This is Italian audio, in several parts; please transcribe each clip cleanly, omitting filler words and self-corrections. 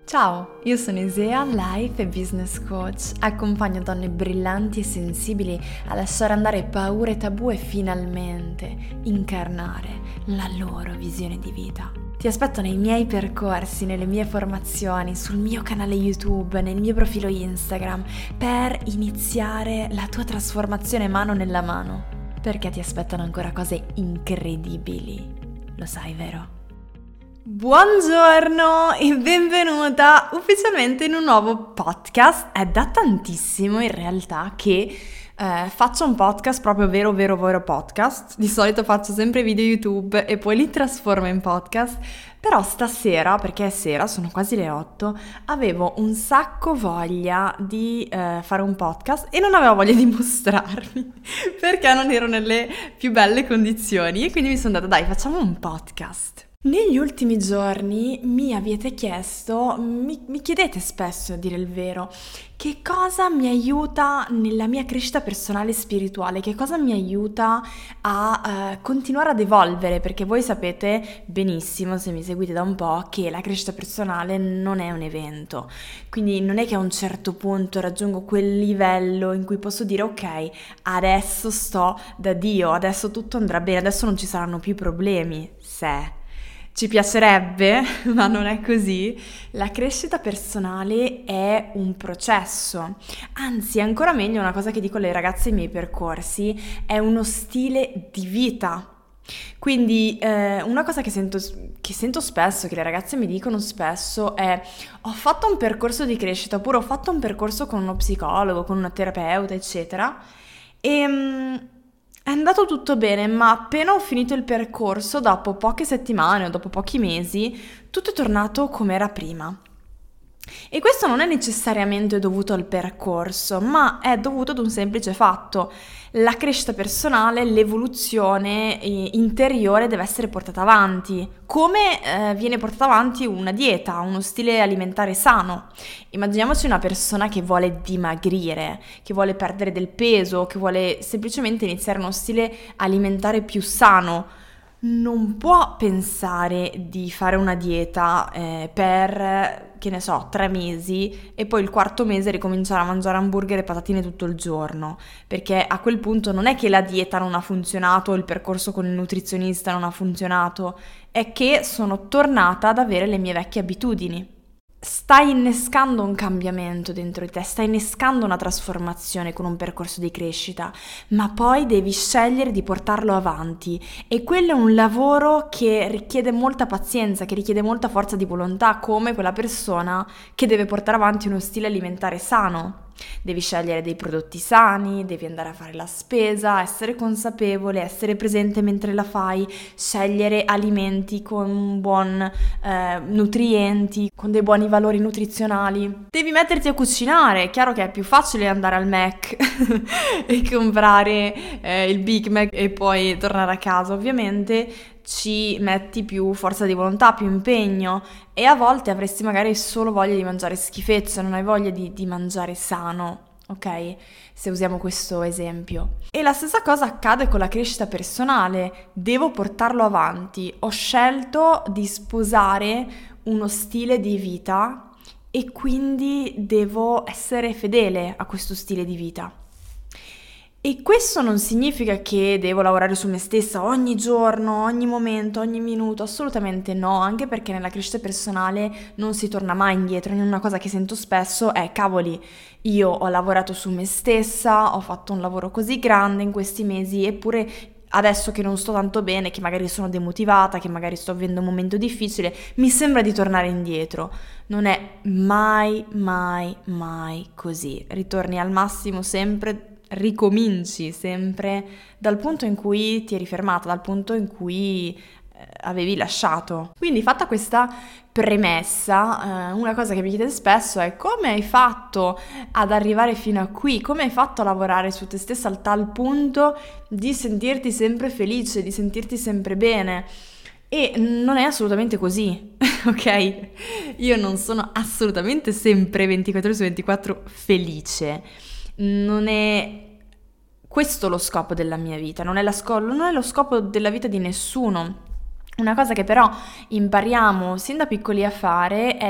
Ciao, io sono Isea, Life e Business Coach. Accompagno donne brillanti e sensibili a lasciare andare paure e tabù e finalmente incarnare la loro visione di vita. Ti aspetto nei miei percorsi, nelle mie formazioni, sul mio canale YouTube, nel mio profilo Instagram, per iniziare la tua trasformazione mano nella mano. Perché ti aspettano ancora cose incredibili. Lo sai, vero? Buongiorno e benvenuta ufficialmente in un nuovo podcast. È da tantissimo in realtà che faccio un podcast proprio vero podcast. Di solito faccio sempre video YouTube e poi li trasformo in podcast. Però stasera, perché è sera, sono quasi le 8, avevo un sacco voglia di fare un podcast e non avevo voglia di mostrarmi perché non ero nelle più belle condizioni e quindi mi sono detta dai, facciamo un podcast. Negli ultimi giorni mi avete chiesto, mi chiedete spesso a dire il vero, che cosa mi aiuta nella mia crescita personale e spirituale, che cosa mi aiuta a continuare ad evolvere, perché voi sapete benissimo, se mi seguite da un po', che la crescita personale non è un evento, quindi non è che a un certo punto raggiungo quel livello in cui posso dire ok, adesso sto da Dio, adesso tutto andrà bene, adesso non ci saranno più problemi, se... Ci piacerebbe, ma non è così. La crescita personale è un processo, anzi, ancora meglio, una cosa che dico alle ragazze ai miei percorsi, è uno stile di vita. Quindi una cosa che sento spesso, che le ragazze mi dicono spesso è ho fatto un percorso di crescita, oppure ho fatto un percorso con uno psicologo, con una terapeuta, eccetera, e... È andato tutto bene, ma appena ho finito il percorso, dopo poche settimane o dopo pochi mesi, tutto è tornato come era prima. E questo non è necessariamente dovuto al percorso, ma è dovuto ad un semplice fatto. La crescita personale, l'evoluzione interiore deve essere portata avanti. Come viene portata avanti una dieta, uno stile alimentare sano? Immaginiamoci una persona che vuole dimagrire, che vuole perdere del peso, che vuole semplicemente iniziare uno stile alimentare più sano. Non può pensare di fare una dieta per, che ne so, 3 mesi e poi il quarto mese ricominciare a mangiare hamburger e patatine tutto il giorno, perché a quel punto non è che la dieta non ha funzionato, il percorso con il nutrizionista non ha funzionato, è che sono tornata ad avere le mie vecchie abitudini. Stai innescando un cambiamento dentro di te, stai innescando una trasformazione con un percorso di crescita, ma poi devi scegliere di portarlo avanti e quello è un lavoro che richiede molta pazienza, che richiede molta forza di volontà, come quella persona che deve portare avanti uno stile alimentare sano. Devi scegliere dei prodotti sani, devi andare a fare la spesa, essere consapevole, essere presente mentre la fai, scegliere alimenti con buon nutrienti, con dei buoni valori nutrizionali. Devi metterti a cucinare, è chiaro che è più facile andare al Mac e comprare il Big Mac e poi tornare a casa, ovviamente ci metti più forza di volontà, più impegno e a volte avresti magari solo voglia di mangiare schifezze, non hai voglia di mangiare sano, ok? Se usiamo questo esempio. E la stessa cosa accade con la crescita personale, devo portarlo avanti, ho scelto di sposare uno stile di vita e quindi devo essere fedele a questo stile di vita. E questo non significa che devo lavorare su me stessa ogni giorno, ogni momento, ogni minuto, assolutamente no, anche perché nella crescita personale non si torna mai indietro. Una cosa che sento spesso è cavoli, io ho lavorato su me stessa, ho fatto un lavoro così grande in questi mesi, eppure adesso che non sto tanto bene, che magari sono demotivata, che magari sto vivendo un momento difficile, mi sembra di tornare indietro. Non è mai così. Ritorni al massimo sempre, ricominci sempre dal punto in cui ti eri fermata, dal punto in cui avevi lasciato. Quindi, fatta questa premessa, una cosa che mi chiedete spesso è come hai fatto ad arrivare fino a qui, come hai fatto a lavorare su te stessa al tal punto di sentirti sempre felice, di sentirti sempre bene. E non è assolutamente così, ok? Io non sono assolutamente sempre 24 ore su 24 felice. Non è questo lo scopo della mia vita, non è lo scopo della vita di nessuno. Una cosa che però impariamo sin da piccoli a fare è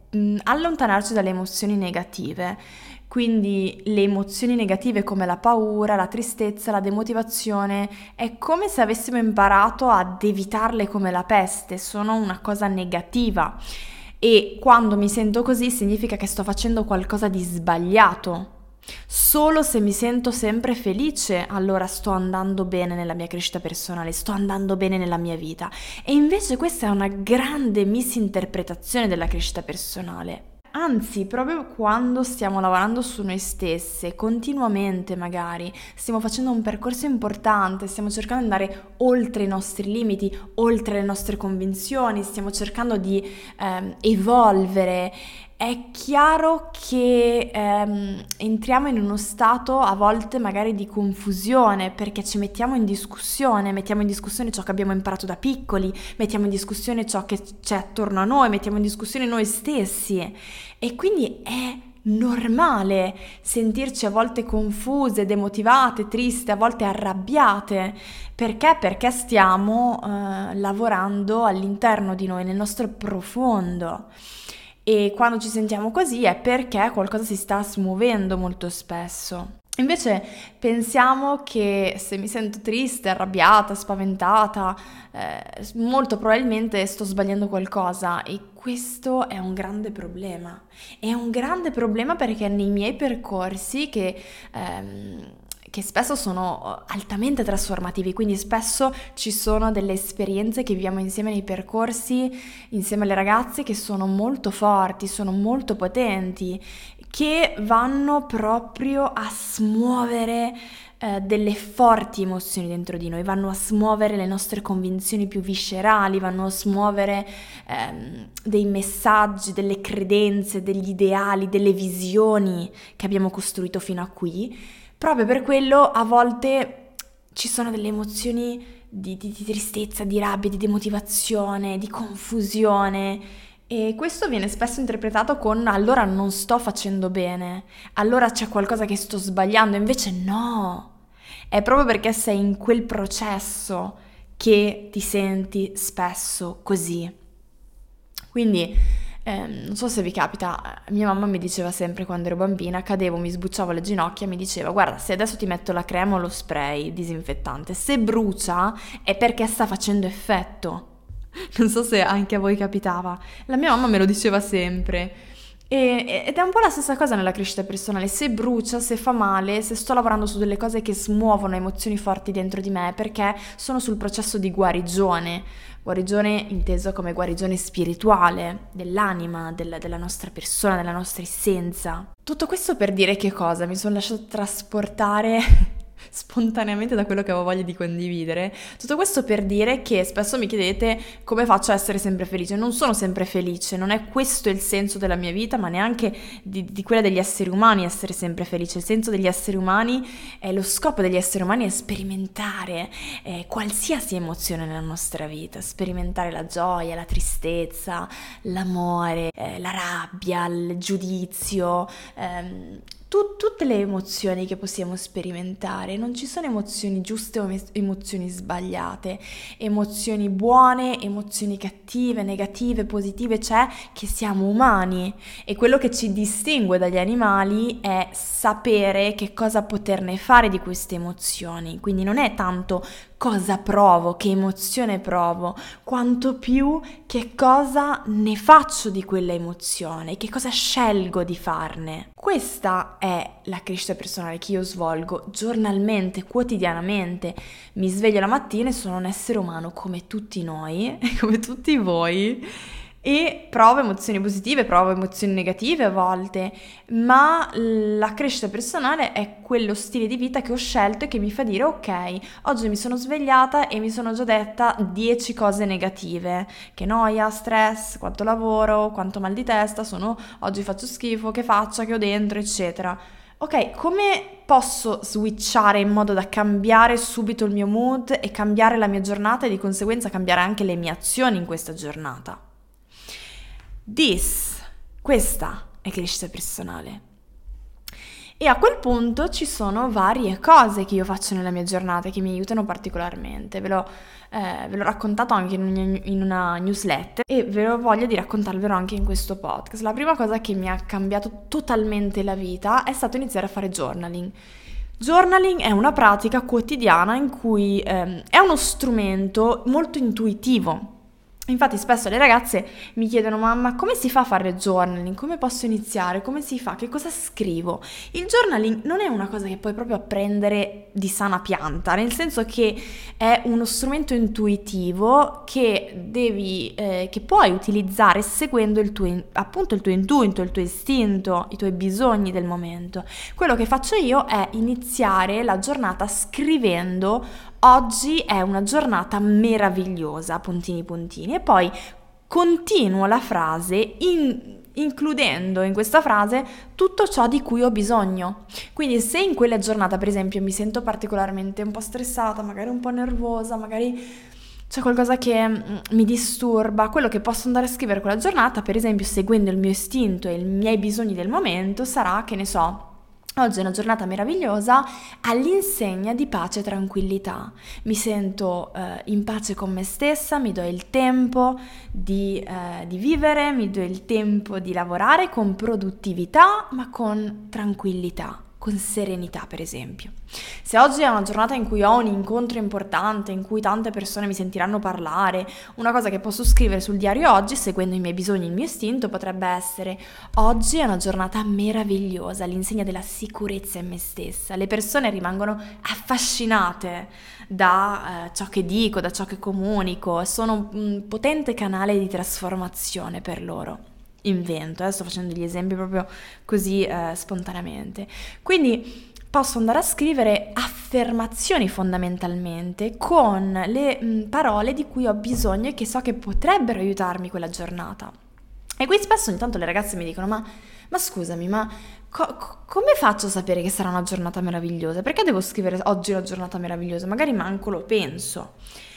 allontanarci dalle emozioni negative. Quindi le emozioni negative come la paura, la tristezza, la demotivazione, è come se avessimo imparato ad evitarle come la peste, sono una cosa negativa. E quando mi sento così significa che sto facendo qualcosa di sbagliato. Solo se mi sento sempre felice, allora sto andando bene nella mia crescita personale, sto andando bene nella mia vita. E invece questa è una grande misinterpretazione della crescita personale. Anzi, proprio quando stiamo lavorando su noi stesse, continuamente magari, stiamo facendo un percorso importante, stiamo cercando di andare oltre i nostri limiti, oltre le nostre convinzioni, stiamo cercando di evolvere. È chiaro che entriamo in uno stato a volte magari di confusione perché ci mettiamo in discussione ciò che abbiamo imparato da piccoli, mettiamo in discussione ciò che c'è attorno a noi, mettiamo in discussione noi stessi e quindi è normale sentirci a volte confuse, demotivate, triste, a volte arrabbiate. Perché? Perché stiamo lavorando all'interno di noi, nel nostro profondo. E quando ci sentiamo così è perché qualcosa si sta smuovendo molto spesso. Invece pensiamo che se mi sento triste, arrabbiata, spaventata, molto probabilmente sto sbagliando qualcosa e questo è un grande problema. È un grande problema perché nei miei percorsi che spesso sono altamente trasformativi, quindi spesso ci sono delle esperienze che viviamo insieme nei percorsi, insieme alle ragazze che sono molto forti, sono molto potenti, che vanno proprio a smuovere delle forti emozioni dentro di noi, vanno a smuovere le nostre convinzioni più viscerali, vanno a smuovere dei messaggi, delle credenze, degli ideali, delle visioni che abbiamo costruito fino a qui. Proprio per quello a volte ci sono delle emozioni di tristezza, di rabbia, di demotivazione, di confusione e questo viene spesso interpretato con allora non sto facendo bene, allora c'è qualcosa che sto sbagliando, invece no, è proprio perché sei in quel processo che ti senti spesso così. Quindi non so se vi capita, mia mamma mi diceva sempre quando ero bambina, cadevo, mi sbucciavo le ginocchia, mi diceva guarda se adesso ti metto la crema o lo spray disinfettante, se brucia è perché sta facendo effetto. Non so se anche a voi capitava, la mia mamma me lo diceva sempre. Ed è un po' la stessa cosa nella crescita personale, se brucia, se fa male, se sto lavorando su delle cose che smuovono emozioni forti dentro di me, perché sono sul processo di guarigione inteso come guarigione spirituale, dell'anima, della nostra persona, della nostra essenza. Tutto questo per dire che cosa? Mi sono lasciata trasportare spontaneamente da quello che avevo voglia di condividere. Tutto questo per dire che spesso mi chiedete come faccio a essere sempre felice. Non sono sempre felice, non è questo il senso della mia vita, ma neanche di quella degli esseri umani essere sempre felice. Il senso degli esseri umani lo scopo degli esseri umani è sperimentare qualsiasi emozione nella nostra vita, sperimentare la gioia, la tristezza, l'amore, la rabbia, il giudizio, tutte le emozioni che possiamo sperimentare, non ci sono emozioni giuste o emozioni sbagliate, emozioni buone, emozioni cattive, negative, positive, c'è che siamo umani e quello che ci distingue dagli animali è sapere che cosa poterne fare di queste emozioni, quindi non è tanto cosa provo, che emozione provo, quanto più che cosa ne faccio di quella emozione, che cosa scelgo di farne. Questa è la crescita personale che io svolgo giornalmente, quotidianamente. Mi sveglio la mattina e sono un essere umano come tutti noi, come tutti voi, e provo emozioni positive, provo emozioni negative a volte, ma la crescita personale è quello stile di vita che ho scelto e che mi fa dire ok, oggi mi sono svegliata e mi sono già detta 10 cose negative, che noia, stress, quanto lavoro, quanto mal di testa, oggi faccio schifo, che faccia, che ho dentro, eccetera. Ok, come posso switchare in modo da cambiare subito il mio mood e cambiare la mia giornata e di conseguenza cambiare anche le mie azioni in questa giornata? Questa è crescita personale E a quel punto ci sono varie cose che io faccio nella mia giornata che mi aiutano particolarmente. Ve l'ho raccontato anche in una newsletter e ve lo voglio di raccontarvelo anche in questo podcast. La prima cosa che mi ha cambiato totalmente la vita è stato iniziare a fare journaling. Journaling è una pratica quotidiana in cui è uno strumento molto intuitivo. Infatti spesso le ragazze mi chiedono: mamma, come si fa a fare journaling? Come posso iniziare? Come si fa? Che cosa scrivo? Il journaling non è una cosa che puoi proprio apprendere di sana pianta, nel senso che è uno strumento intuitivo che puoi utilizzare seguendo appunto il tuo intuito, il tuo istinto, i tuoi bisogni del momento. Quello che faccio io è iniziare la giornata scrivendo: oggi è una giornata meravigliosa, puntini puntini, e poi continuo la frase includendo in questa frase tutto ciò di cui ho bisogno. Quindi se in quella giornata, per esempio, mi sento particolarmente un po' stressata, magari un po' nervosa, magari c'è qualcosa che mi disturba, quello che posso andare a scrivere quella giornata, per esempio seguendo il mio istinto e i miei bisogni del momento, sarà, che ne so, oggi è una giornata meravigliosa all'insegna di pace e tranquillità. Mi sento in pace con me stessa, mi do il tempo di vivere, mi do il tempo di lavorare con produttività, ma con tranquillità, con serenità, per esempio. Se oggi è una giornata in cui ho un incontro importante, in cui tante persone mi sentiranno parlare, una cosa che posso scrivere sul diario oggi, seguendo i miei bisogni e il mio istinto, potrebbe essere: oggi è una giornata meravigliosa, all'insegna della sicurezza in me stessa. Le persone rimangono affascinate da ciò che dico, da ciò che comunico, sono un potente canale di trasformazione per loro. Invento, sto facendo degli esempi proprio così spontaneamente. Quindi posso andare a scrivere affermazioni fondamentalmente con le parole di cui ho bisogno e che so che potrebbero aiutarmi quella giornata. E qui spesso ogni tanto le ragazze mi dicono: ma scusami, come faccio a sapere che sarà una giornata meravigliosa? Perché devo scrivere oggi è una giornata meravigliosa? Magari manco lo penso.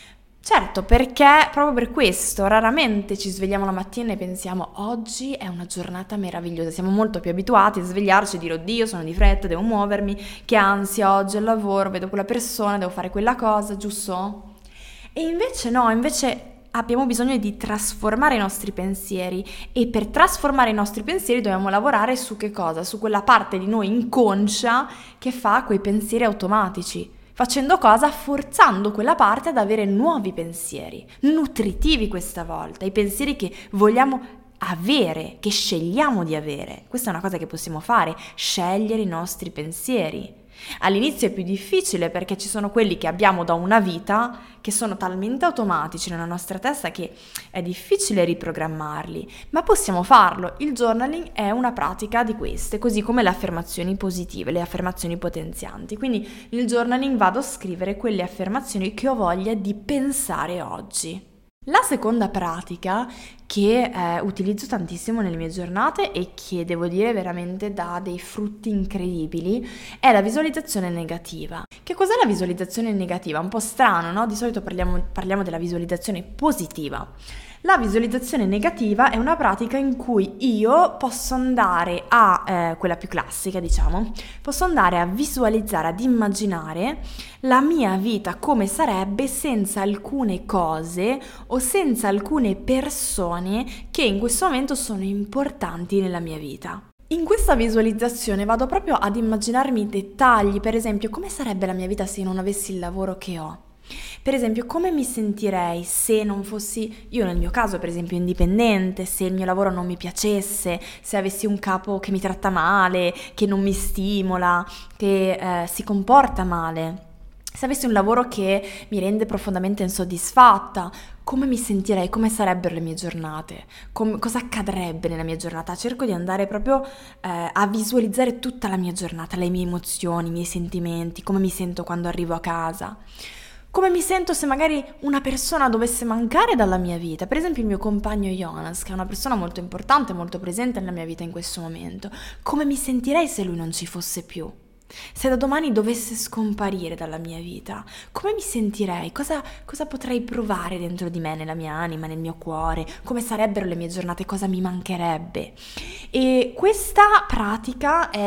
Certo, perché proprio per questo raramente ci svegliamo la mattina e pensiamo: oggi è una giornata meravigliosa. Siamo molto più abituati a svegliarci e dire: oddio, sono di fretta, devo muovermi, che ansia oggi al lavoro, vedo quella persona, devo fare quella cosa, giusto? E invece no, invece abbiamo bisogno di trasformare i nostri pensieri, e per trasformare i nostri pensieri dobbiamo lavorare su che cosa? Su quella parte di noi inconscia che fa quei pensieri automatici. Facendo cosa? Forzando quella parte ad avere nuovi pensieri, nutritivi questa volta, i pensieri che vogliamo avere, che scegliamo di avere. Questa è una cosa che possiamo fare, scegliere i nostri pensieri. All'inizio è più difficile perché ci sono quelli che abbiamo da una vita che sono talmente automatici nella nostra testa che è difficile riprogrammarli, ma possiamo farlo. Il journaling è una pratica di queste, così come le affermazioni positive, le affermazioni potenzianti. Quindi nel journaling vado a scrivere quelle affermazioni che ho voglia di pensare oggi. La seconda pratica che utilizzo tantissimo nelle mie giornate e che devo dire veramente dà dei frutti incredibili è la visualizzazione negativa. Che cos'è la visualizzazione negativa? Un po' strano, no? Di solito parliamo della visualizzazione positiva. La visualizzazione negativa è una pratica in cui io posso andare quella più classica, diciamo, posso andare a visualizzare, ad immaginare la mia vita come sarebbe senza alcune cose o senza alcune persone che in questo momento sono importanti nella mia vita. In questa visualizzazione vado proprio ad immaginarmi i dettagli, per esempio, come sarebbe la mia vita se non avessi il lavoro che ho. Per esempio, come mi sentirei se non fossi, io nel mio caso per esempio, indipendente, se il mio lavoro non mi piacesse, se avessi un capo che mi tratta male, che non mi stimola, che si comporta male, se avessi un lavoro che mi rende profondamente insoddisfatta. Come mi sentirei? Come sarebbero le mie giornate? Cosa accadrebbe nella mia giornata? Cerco di andare proprio a visualizzare tutta la mia giornata, le mie emozioni, i miei sentimenti, come mi sento quando arrivo a casa. Come mi sento se magari una persona dovesse mancare dalla mia vita, per esempio il mio compagno Jonas, che è una persona molto importante, molto presente nella mia vita in questo momento. Come mi sentirei se lui non ci fosse più? Se da domani dovesse scomparire dalla mia vita, come mi sentirei? Cosa potrei provare dentro di me, nella mia anima, nel mio cuore? Come sarebbero le mie giornate? Cosa mi mancherebbe? E questa pratica è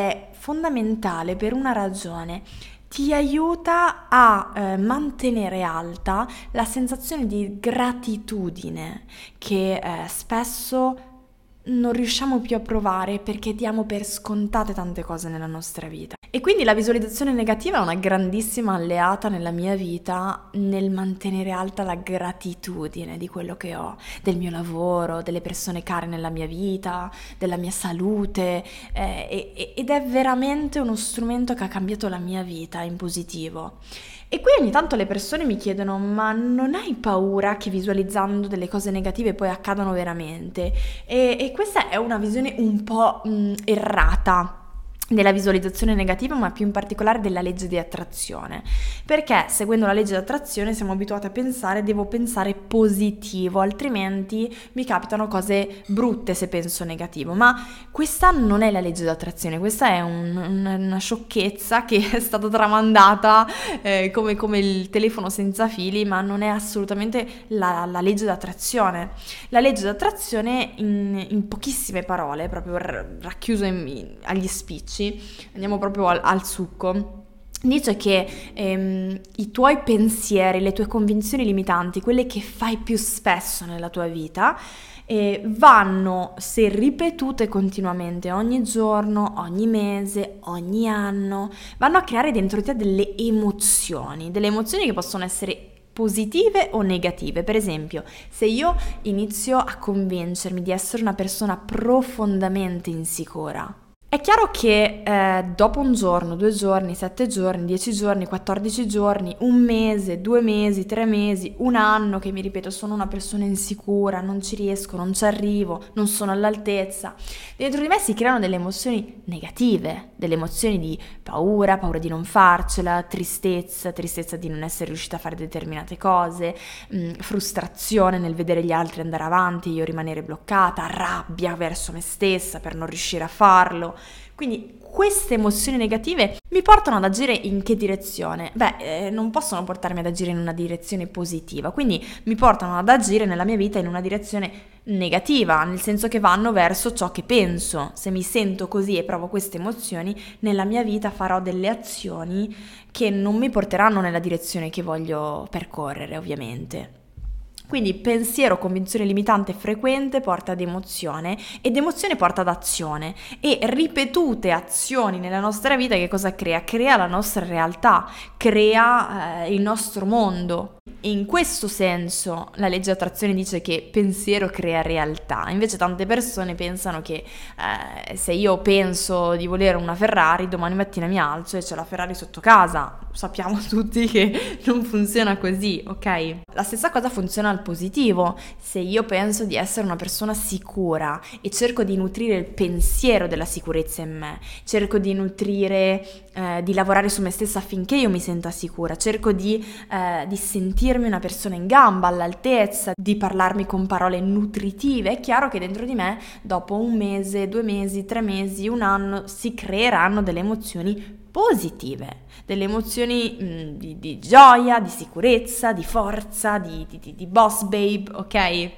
fondamentale per una ragione. Ti aiuta a mantenere alta la sensazione di gratitudine che spesso non riusciamo più a provare perché diamo per scontate tante cose nella nostra vita. E quindi la visualizzazione negativa è una grandissima alleata nella mia vita nel mantenere alta la gratitudine di quello che ho, del mio lavoro, delle persone care nella mia vita, della mia salute, ed è veramente uno strumento che ha cambiato la mia vita in positivo. E qui ogni tanto le persone mi chiedono: ma non hai paura che visualizzando delle cose negative poi accadano veramente? E questa è una visione un po' errata della visualizzazione negativa, ma più in particolare della legge di attrazione, perché seguendo la legge di attrazione siamo abituati a pensare: devo pensare positivo, altrimenti mi capitano cose brutte se penso negativo. Ma questa non è la legge di attrazione, questa è una sciocchezza che è stata tramandata come il telefono senza fili, ma non è assolutamente la legge di attrazione. La legge di attrazione in pochissime parole, proprio racchiuso agli spicci, andiamo proprio al succo, dice che i tuoi pensieri, le tue convinzioni limitanti, quelle che fai più spesso nella tua vita, vanno, se ripetute continuamente ogni giorno, ogni mese, ogni anno, vanno a creare dentro di te delle emozioni che possono essere positive o negative. Per esempio, se io inizio a convincermi di essere una persona profondamente insicura, è chiaro che dopo un giorno, 2 giorni, 7 giorni, 10 giorni, 14 giorni, un mese, 2 mesi, 3 mesi, un anno che mi ripeto sono una persona insicura, non ci riesco, non ci arrivo, non sono all'altezza, dentro di me si creano delle emozioni negative, delle emozioni di paura di non farcela, tristezza di non essere riuscita a fare determinate cose, frustrazione nel vedere gli altri andare avanti e io rimanere bloccata, rabbia verso me stessa per non riuscire a farlo. Quindi queste emozioni negative mi portano ad agire in che direzione? Non possono portarmi ad agire in una direzione positiva, quindi mi portano ad agire nella mia vita in una direzione negativa, nel senso che vanno verso ciò che penso. Se mi sento così e provo queste emozioni, nella mia vita farò delle azioni che non mi porteranno nella direzione che voglio percorrere, ovviamente. Quindi pensiero, convinzione limitante frequente porta ad emozione ed emozione porta ad azione, e ripetute azioni nella nostra vita che cosa crea? Crea la nostra realtà, crea il nostro mondo. E in questo senso la legge di attrazione dice che pensiero crea realtà. Invece tante persone pensano che se io penso di volere una Ferrari, domani mattina mi alzo e c'è la Ferrari sotto casa. Sappiamo tutti che non funziona così, ok? La stessa cosa funziona al positivo. Se io penso di essere una persona sicura e cerco di nutrire il pensiero della sicurezza in me, cerco di nutrire, di lavorare su me stessa affinché io mi senta sicura, cerco di sentirmi una persona in gamba, all'altezza, di parlarmi con parole nutritive, è chiaro che dentro di me, dopo un mese, 2 mesi, 3 mesi, un anno, si creeranno delle emozioni positive, delle emozioni di gioia, di sicurezza, di forza, di boss babe, ok?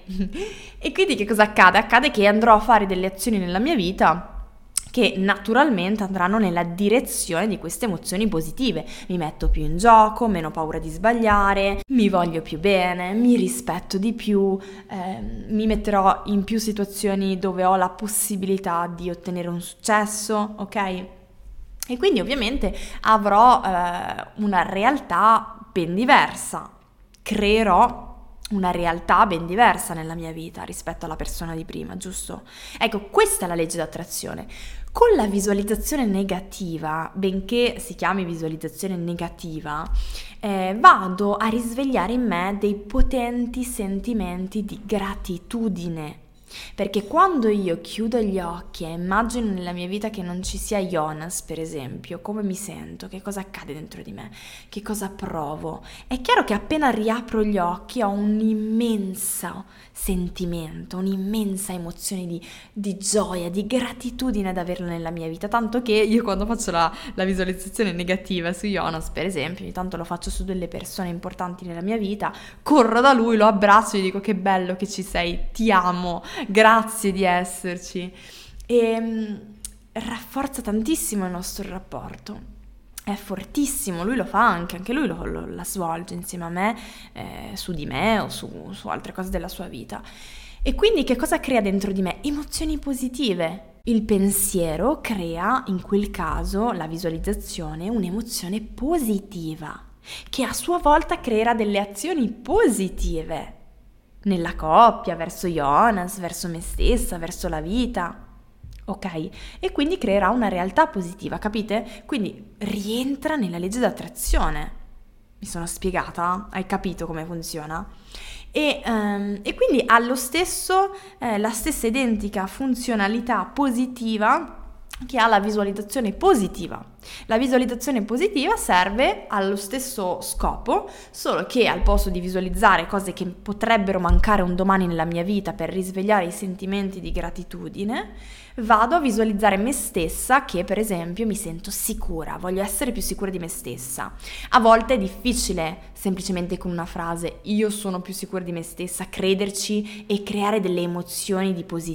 E quindi che cosa accade? Accade che andrò a fare delle azioni nella mia vita che naturalmente andranno nella direzione di queste emozioni positive. Mi metto più in gioco, meno paura di sbagliare, mi voglio più bene, mi rispetto di più, mi metterò in più situazioni dove ho la possibilità di ottenere un successo, ok? E quindi ovviamente avrò una realtà ben diversa, creerò una realtà ben diversa nella mia vita rispetto alla persona di prima, giusto? Ecco, questa è la legge d'attrazione. Con la visualizzazione negativa, benché si chiami visualizzazione negativa, vado a risvegliare in me dei potenti sentimenti di gratitudine. Perché quando io chiudo gli occhi e immagino nella mia vita che non ci sia Jonas, per esempio, come mi sento, che cosa accade dentro di me, che cosa provo, è chiaro che appena riapro gli occhi ho un immenso sentimento, un'immensa emozione di gioia, di gratitudine ad averlo nella mia vita, tanto che io quando faccio la visualizzazione negativa su Jonas, per esempio, ogni tanto lo faccio su delle persone importanti nella mia vita, corro da lui, lo abbraccio e gli dico: che bello che ci sei, ti amo, grazie di esserci. E rafforza tantissimo il nostro rapporto. È fortissimo, lui lo fa anche lui la svolge insieme a me, su di me o su altre cose della sua vita. E quindi che cosa crea dentro di me? Emozioni positive. Il pensiero crea, in quel caso, la visualizzazione, un'emozione positiva, che a sua volta creerà delle azioni positive nella coppia, verso Jonas, verso me stessa, verso la vita. Ok? E quindi creerà una realtà positiva, capite? Quindi rientra nella legge d'attrazione. Mi sono spiegata? Hai capito come funziona? E quindi ha la stessa identica funzionalità positiva che ha la visualizzazione positiva. La visualizzazione positiva serve allo stesso scopo, solo che al posto di visualizzare cose che potrebbero mancare un domani nella mia vita per risvegliare i sentimenti di gratitudine, vado a visualizzare me stessa che, per esempio, mi sento sicura, voglio essere più sicura di me stessa. A volte è difficile semplicemente con una frase io sono più sicura di me stessa, crederci e creare delle emozioni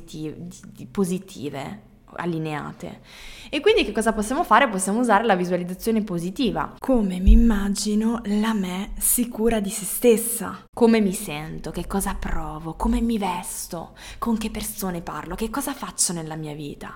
positive, allineate. E quindi che cosa possiamo fare? Possiamo usare la visualizzazione positiva. Come mi immagino la me sicura di se stessa. Come mi sento, che cosa provo, come mi vesto, con che persone parlo, che cosa faccio nella mia vita,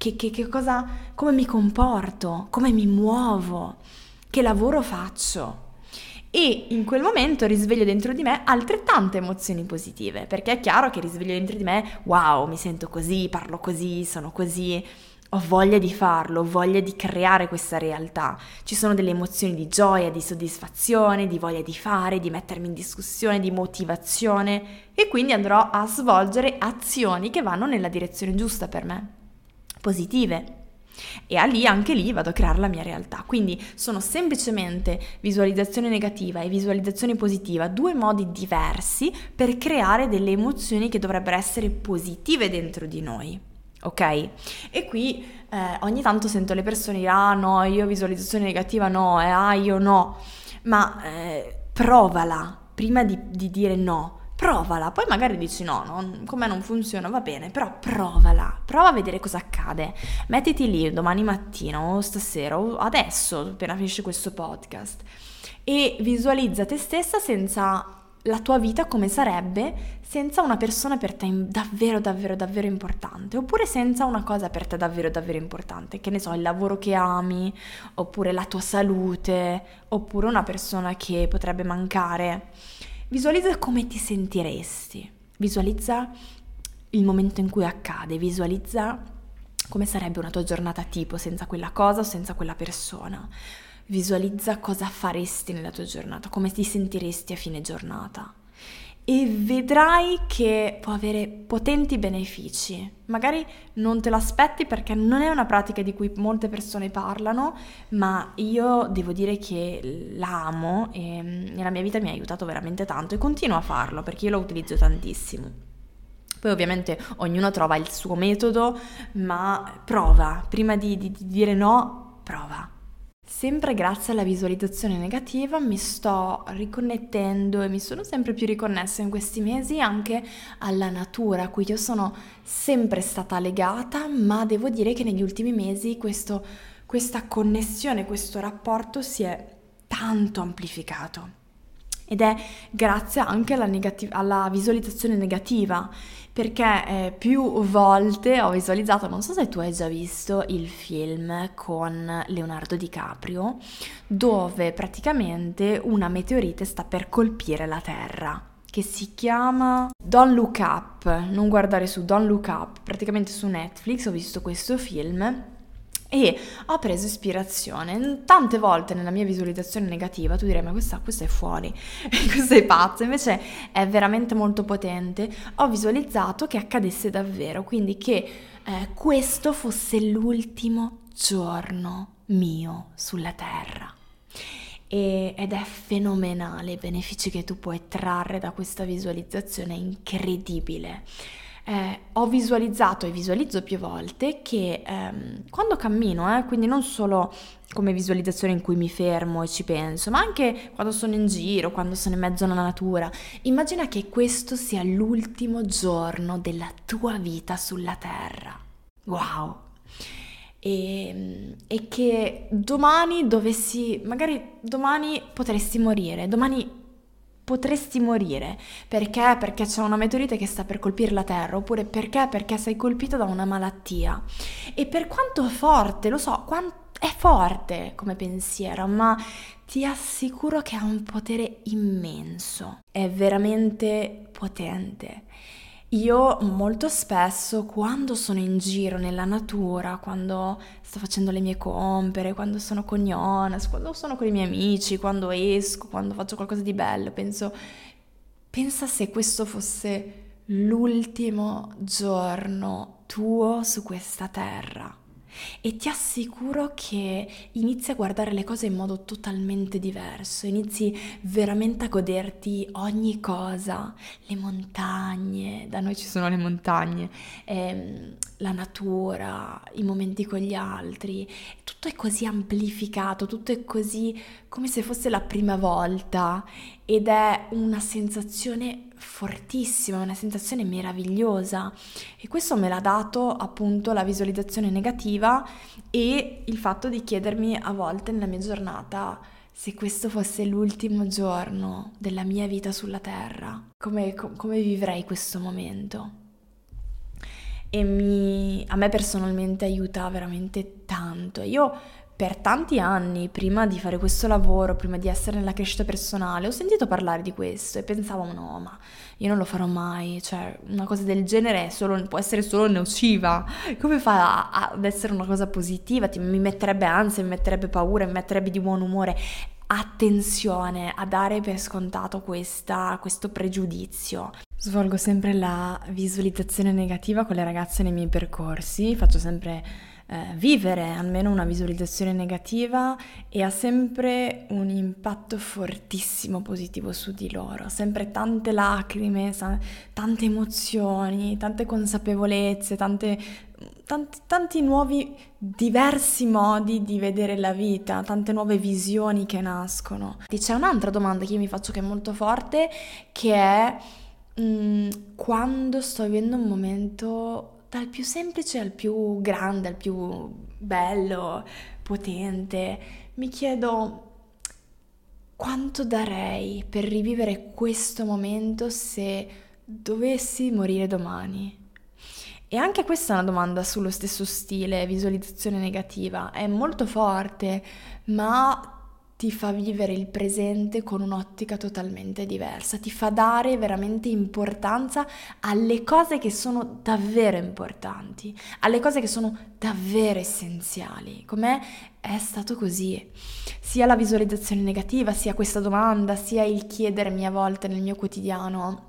come mi comporto, come mi muovo, che lavoro faccio. E in quel momento risveglio dentro di me altrettante emozioni positive, perché è chiaro che risveglio dentro di me, wow, mi sento così, parlo così, sono così, ho voglia di farlo, ho voglia di creare questa realtà. Ci sono delle emozioni di gioia, di soddisfazione, di voglia di fare, di mettermi in discussione, di motivazione, e quindi andrò a svolgere azioni che vanno nella direzione giusta per me, positive. E anche lì vado a creare la mia realtà. Quindi sono semplicemente visualizzazione negativa e visualizzazione positiva, due modi diversi per creare delle emozioni che dovrebbero essere positive dentro di noi, ok? E qui ogni tanto sento le persone dire ah no, io visualizzazione negativa no, io no, ma provala prima di dire no. Provala, poi magari dici no, con me non funziona, va bene, però provala, prova a vedere cosa accade. Mettiti lì domani mattina o stasera o adesso, appena finisce questo podcast, e visualizza te stessa senza la tua vita come sarebbe senza una persona per te davvero, davvero, davvero importante, oppure senza una cosa per te davvero, davvero importante, che ne so, il lavoro che ami, oppure la tua salute, oppure una persona che potrebbe mancare. Visualizza come ti sentiresti, visualizza il momento in cui accade, visualizza come sarebbe una tua giornata tipo senza quella cosa o senza quella persona, visualizza cosa faresti nella tua giornata, come ti sentiresti a fine giornata e vedrai che può avere potenti benefici. Magari non te l'aspetti perché non è una pratica di cui molte persone parlano, ma io devo dire che la amo e nella mia vita mi ha aiutato veramente tanto e continuo a farlo perché io lo utilizzo tantissimo. Poi ovviamente ognuno trova il suo metodo, ma prova, prima di dire no, prova. Sempre grazie alla visualizzazione negativa mi sto riconnettendo e mi sono sempre più riconnessa in questi mesi anche alla natura, a cui io sono sempre stata legata, ma devo dire che negli ultimi mesi questa connessione, questo rapporto si è tanto amplificato. Ed è grazie anche alla visualizzazione negativa, perché più volte ho visualizzato, non so se tu hai già visto il film con Leonardo DiCaprio, dove praticamente una meteorite sta per colpire la Terra, che si chiama Don't Look Up, non guardare su Don't Look Up, praticamente su Netflix ho visto questo film. E ho preso ispirazione. Tante volte nella mia visualizzazione negativa tu direi ma questa è fuori, questa è pazza, invece è veramente molto potente. Ho visualizzato che accadesse davvero, quindi che questo fosse l'ultimo giorno mio sulla Terra. Ed è fenomenale i benefici che tu puoi trarre da questa visualizzazione, è incredibile. Ho visualizzato e visualizzo più volte che quando cammino, quindi non solo come visualizzazione in cui mi fermo e ci penso, ma anche quando sono in giro, quando sono in mezzo alla natura, immagina che questo sia l'ultimo giorno della tua vita sulla Terra. Wow! e che magari domani potresti morire. Perché? Perché c'è una meteorite che sta per colpire la Terra, oppure perché sei colpito da una malattia. E per quanto è forte, lo so, è forte come pensiero, ma ti assicuro che ha un potere immenso, è veramente potente. Io molto spesso quando sono in giro nella natura, quando sto facendo le mie compere, quando sono con Jonas, quando sono con i miei amici, quando esco, quando faccio qualcosa di bello, pensa se questo fosse l'ultimo giorno tuo su questa terra. E ti assicuro che inizi a guardare le cose in modo totalmente diverso, inizi veramente a goderti ogni cosa, le montagne, da noi ci sono le montagne, la natura, i momenti con gli altri, tutto è così amplificato, tutto è così come se fosse la prima volta ed è una sensazione fortissima, una sensazione meravigliosa e questo me l'ha dato appunto la visualizzazione negativa e il fatto di chiedermi a volte nella mia giornata se questo fosse l'ultimo giorno della mia vita sulla Terra, come vivrei questo momento. A me personalmente aiuta veramente tanto. Io per tanti anni, prima di fare questo lavoro, prima di essere nella crescita personale, ho sentito parlare di questo e pensavo, no, ma io non lo farò mai, cioè una cosa del genere può essere solo nociva. Come fa ad essere una cosa positiva? Mi metterebbe ansia, mi metterebbe paura, mi metterebbe di buon umore. Attenzione a dare per scontato questo pregiudizio. Svolgo sempre la visualizzazione negativa con le ragazze nei miei percorsi, faccio sempre vivere almeno una visualizzazione negativa e ha sempre un impatto fortissimo positivo su di loro, sempre tante lacrime, tante emozioni, tante consapevolezze, tanti nuovi diversi modi di vedere la vita, tante nuove visioni che nascono. C'è un'altra domanda che io mi faccio che è molto forte, che è quando sto vivendo un momento dal più semplice al più grande, al più bello, potente, mi chiedo quanto darei per rivivere questo momento se dovessi morire domani. E anche questa è una domanda sullo stesso stile, visualizzazione negativa, è molto forte, ma ti fa vivere il presente con un'ottica totalmente diversa, ti fa dare veramente importanza alle cose che sono davvero importanti, alle cose che sono davvero essenziali. Com'è è stato così, sia la visualizzazione negativa, sia questa domanda, sia il chiedermi a volte nel mio quotidiano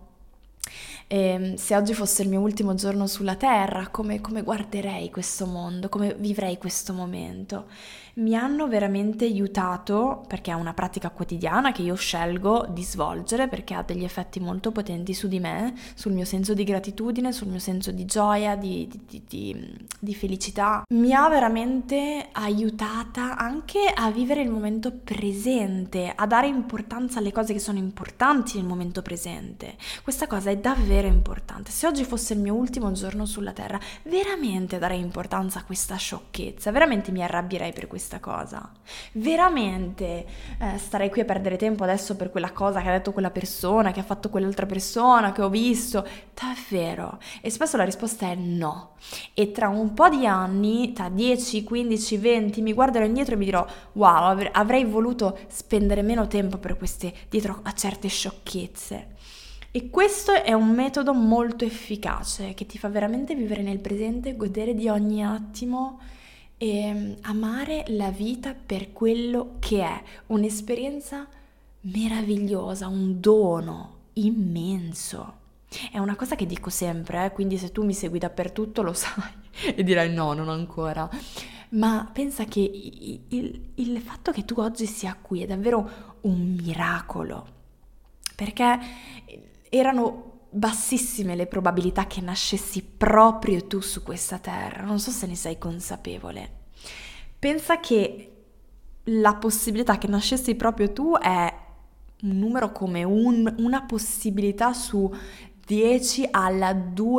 se oggi fosse il mio ultimo giorno sulla Terra, come guarderei questo mondo, come vivrei questo momento. Mi hanno veramente aiutato, perché è una pratica quotidiana che io scelgo di svolgere, perché ha degli effetti molto potenti su di me, sul mio senso di gratitudine, sul mio senso di gioia, di felicità. Mi ha veramente aiutata anche a vivere il momento presente, a dare importanza alle cose che sono importanti nel momento presente. Questa cosa è davvero importante. Se oggi fosse il mio ultimo giorno sulla Terra, veramente darei importanza a questa sciocchezza, veramente mi arrabbierei per questa cosa, veramente starei qui a perdere tempo adesso per quella cosa che ha detto quella persona, che ha fatto quell'altra persona, che ho visto, davvero? E spesso la risposta è no. E tra un po' di anni, tra 10, 15, 20, mi guarderò indietro e mi dirò wow, avrei voluto spendere meno tempo dietro a certe sciocchezze. E questo è un metodo molto efficace che ti fa veramente vivere nel presente, godere di ogni attimo e amare la vita per quello che è, un'esperienza meravigliosa, un dono immenso. È una cosa che dico sempre, quindi se tu mi segui dappertutto lo sai e dirai no, non ancora. Ma pensa che il fatto che tu oggi sia qui è davvero un miracolo, perché erano bassissime le probabilità che nascessi proprio tu su questa terra, non so se ne sei consapevole. Pensa che la possibilità che nascessi proprio tu è un numero come una possibilità su 10 alla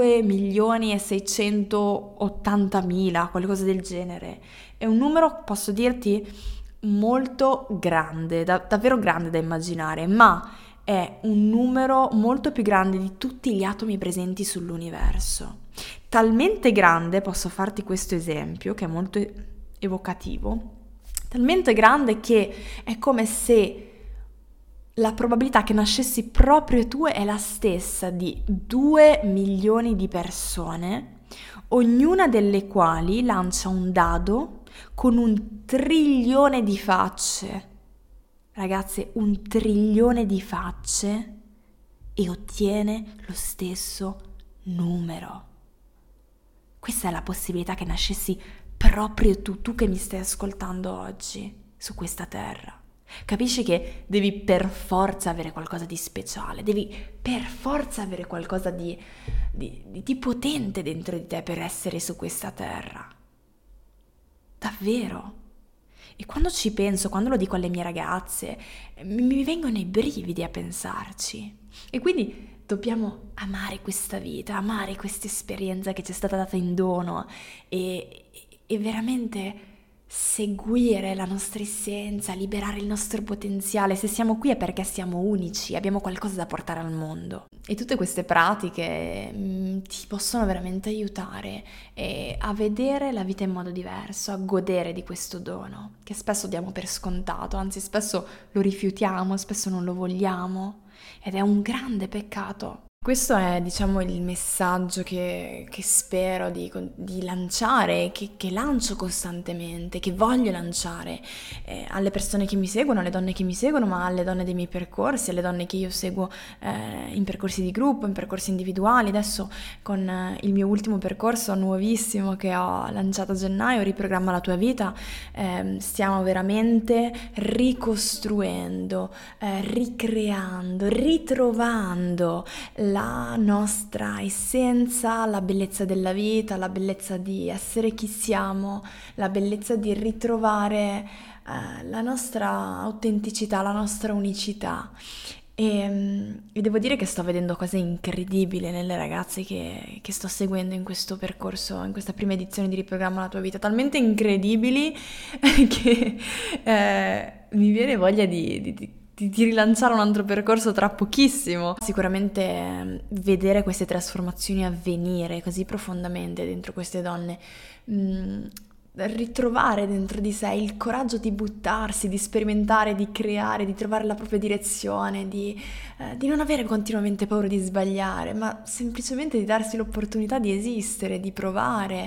2.680.000, qualcosa del genere. È un numero, posso dirti, molto grande, davvero grande da immaginare, ma è un numero molto più grande di tutti gli atomi presenti sull'universo. Talmente grande, posso farti questo esempio, che è molto evocativo, talmente grande che è come se la probabilità che nascessi proprio tu è la stessa di 2 milioni di persone, ognuna delle quali lancia un dado con 1 trilione di facce. Ragazze, 1 trilione di facce e ottiene lo stesso numero. Questa è la possibilità che nascessi proprio tu che mi stai ascoltando oggi su questa terra. Capisci che devi per forza avere qualcosa di speciale, devi per forza avere qualcosa di potente dentro di te per essere su questa terra. Davvero. E quando ci penso, quando lo dico alle mie ragazze, mi vengono i brividi a pensarci. E quindi dobbiamo amare questa vita, amare questa esperienza che ci è stata data in dono e veramente seguire la nostra essenza, liberare il nostro potenziale. Se siamo qui è perché siamo unici, abbiamo qualcosa da portare al mondo. E tutte queste pratiche ti possono veramente aiutare a vedere la vita in modo diverso, a godere di questo dono, che spesso diamo per scontato, anzi spesso lo rifiutiamo, spesso non lo vogliamo, ed è un grande peccato. Questo è, il messaggio che spero di lanciare, che lancio costantemente, che voglio lanciare alle persone che mi seguono, alle donne che mi seguono, ma alle donne dei miei percorsi, alle donne che io seguo in percorsi di gruppo, in percorsi individuali. Adesso con il mio ultimo percorso nuovissimo che ho lanciato a gennaio, Riprogramma la tua vita, stiamo veramente ricostruendo, ricreando, ritrovando la nostra essenza, la bellezza della vita, la bellezza di essere chi siamo, la bellezza di ritrovare la nostra autenticità, la nostra unicità. E devo dire che sto vedendo cose incredibili nelle ragazze che sto seguendo in questo percorso, in questa prima edizione di Riprogramma la tua vita, talmente incredibili che mi viene voglia di rilanciare un altro percorso tra pochissimo. Sicuramente vedere queste trasformazioni avvenire così profondamente dentro queste donne, ritrovare dentro di sé il coraggio di buttarsi, di sperimentare, di creare, di trovare la propria direzione, di non avere continuamente paura di sbagliare, ma semplicemente di darsi l'opportunità di esistere, di provare,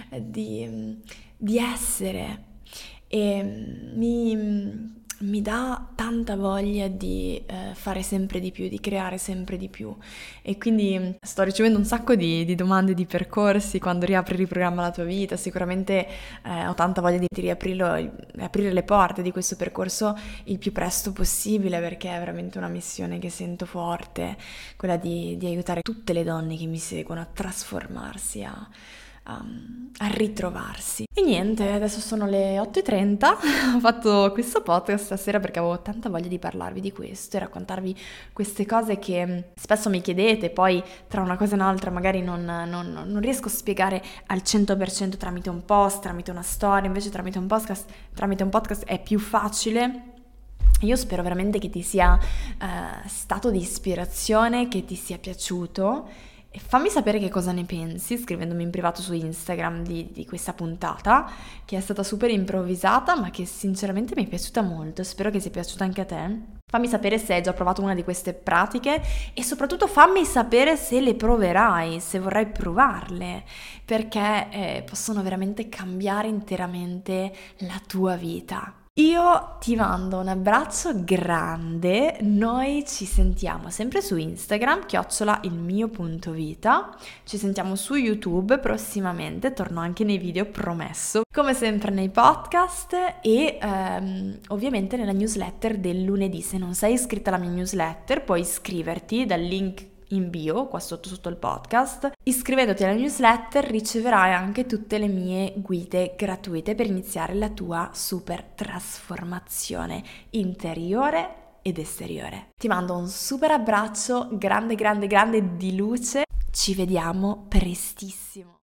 di essere. E mi dà tanta voglia di fare sempre di più, di creare sempre di più, e quindi sto ricevendo un sacco di domande di percorsi quando Riprogramma la tua vita. Sicuramente ho tanta voglia di aprire le porte di questo percorso il più presto possibile, perché è veramente una missione che sento forte, quella di aiutare tutte le donne che mi seguono a trasformarsi, a ritrovarsi. E niente, adesso sono le 8:30, ho fatto questo podcast stasera perché avevo tanta voglia di parlarvi di questo e raccontarvi queste cose che spesso mi chiedete, poi tra una cosa e un'altra magari non riesco a spiegare al 100% tramite un post, tramite una storia, invece tramite un podcast è più facile. Io spero veramente che ti sia stato di ispirazione, che ti sia piaciuto. Fammi sapere che cosa ne pensi scrivendomi in privato su Instagram di questa puntata, che è stata super improvvisata ma che sinceramente mi è piaciuta molto. Spero che sia piaciuta anche a te. Fammi sapere se hai già provato una di queste pratiche e soprattutto fammi sapere se le proverai, se vorrai provarle, perché possono veramente cambiare interamente la tua vita. Io ti mando un abbraccio grande, noi ci sentiamo sempre su Instagram, @ilmio.vita, ci sentiamo su YouTube prossimamente, torno anche nei video, promesso, come sempre nei podcast e ovviamente nella newsletter del lunedì. Se non sei iscritta alla mia newsletter puoi iscriverti dal link in bio, qua sotto il podcast. Iscrivendoti alla newsletter riceverai anche tutte le mie guide gratuite per iniziare la tua super trasformazione interiore ed esteriore. Ti mando un super abbraccio, grande grande grande di luce. Ci vediamo prestissimo.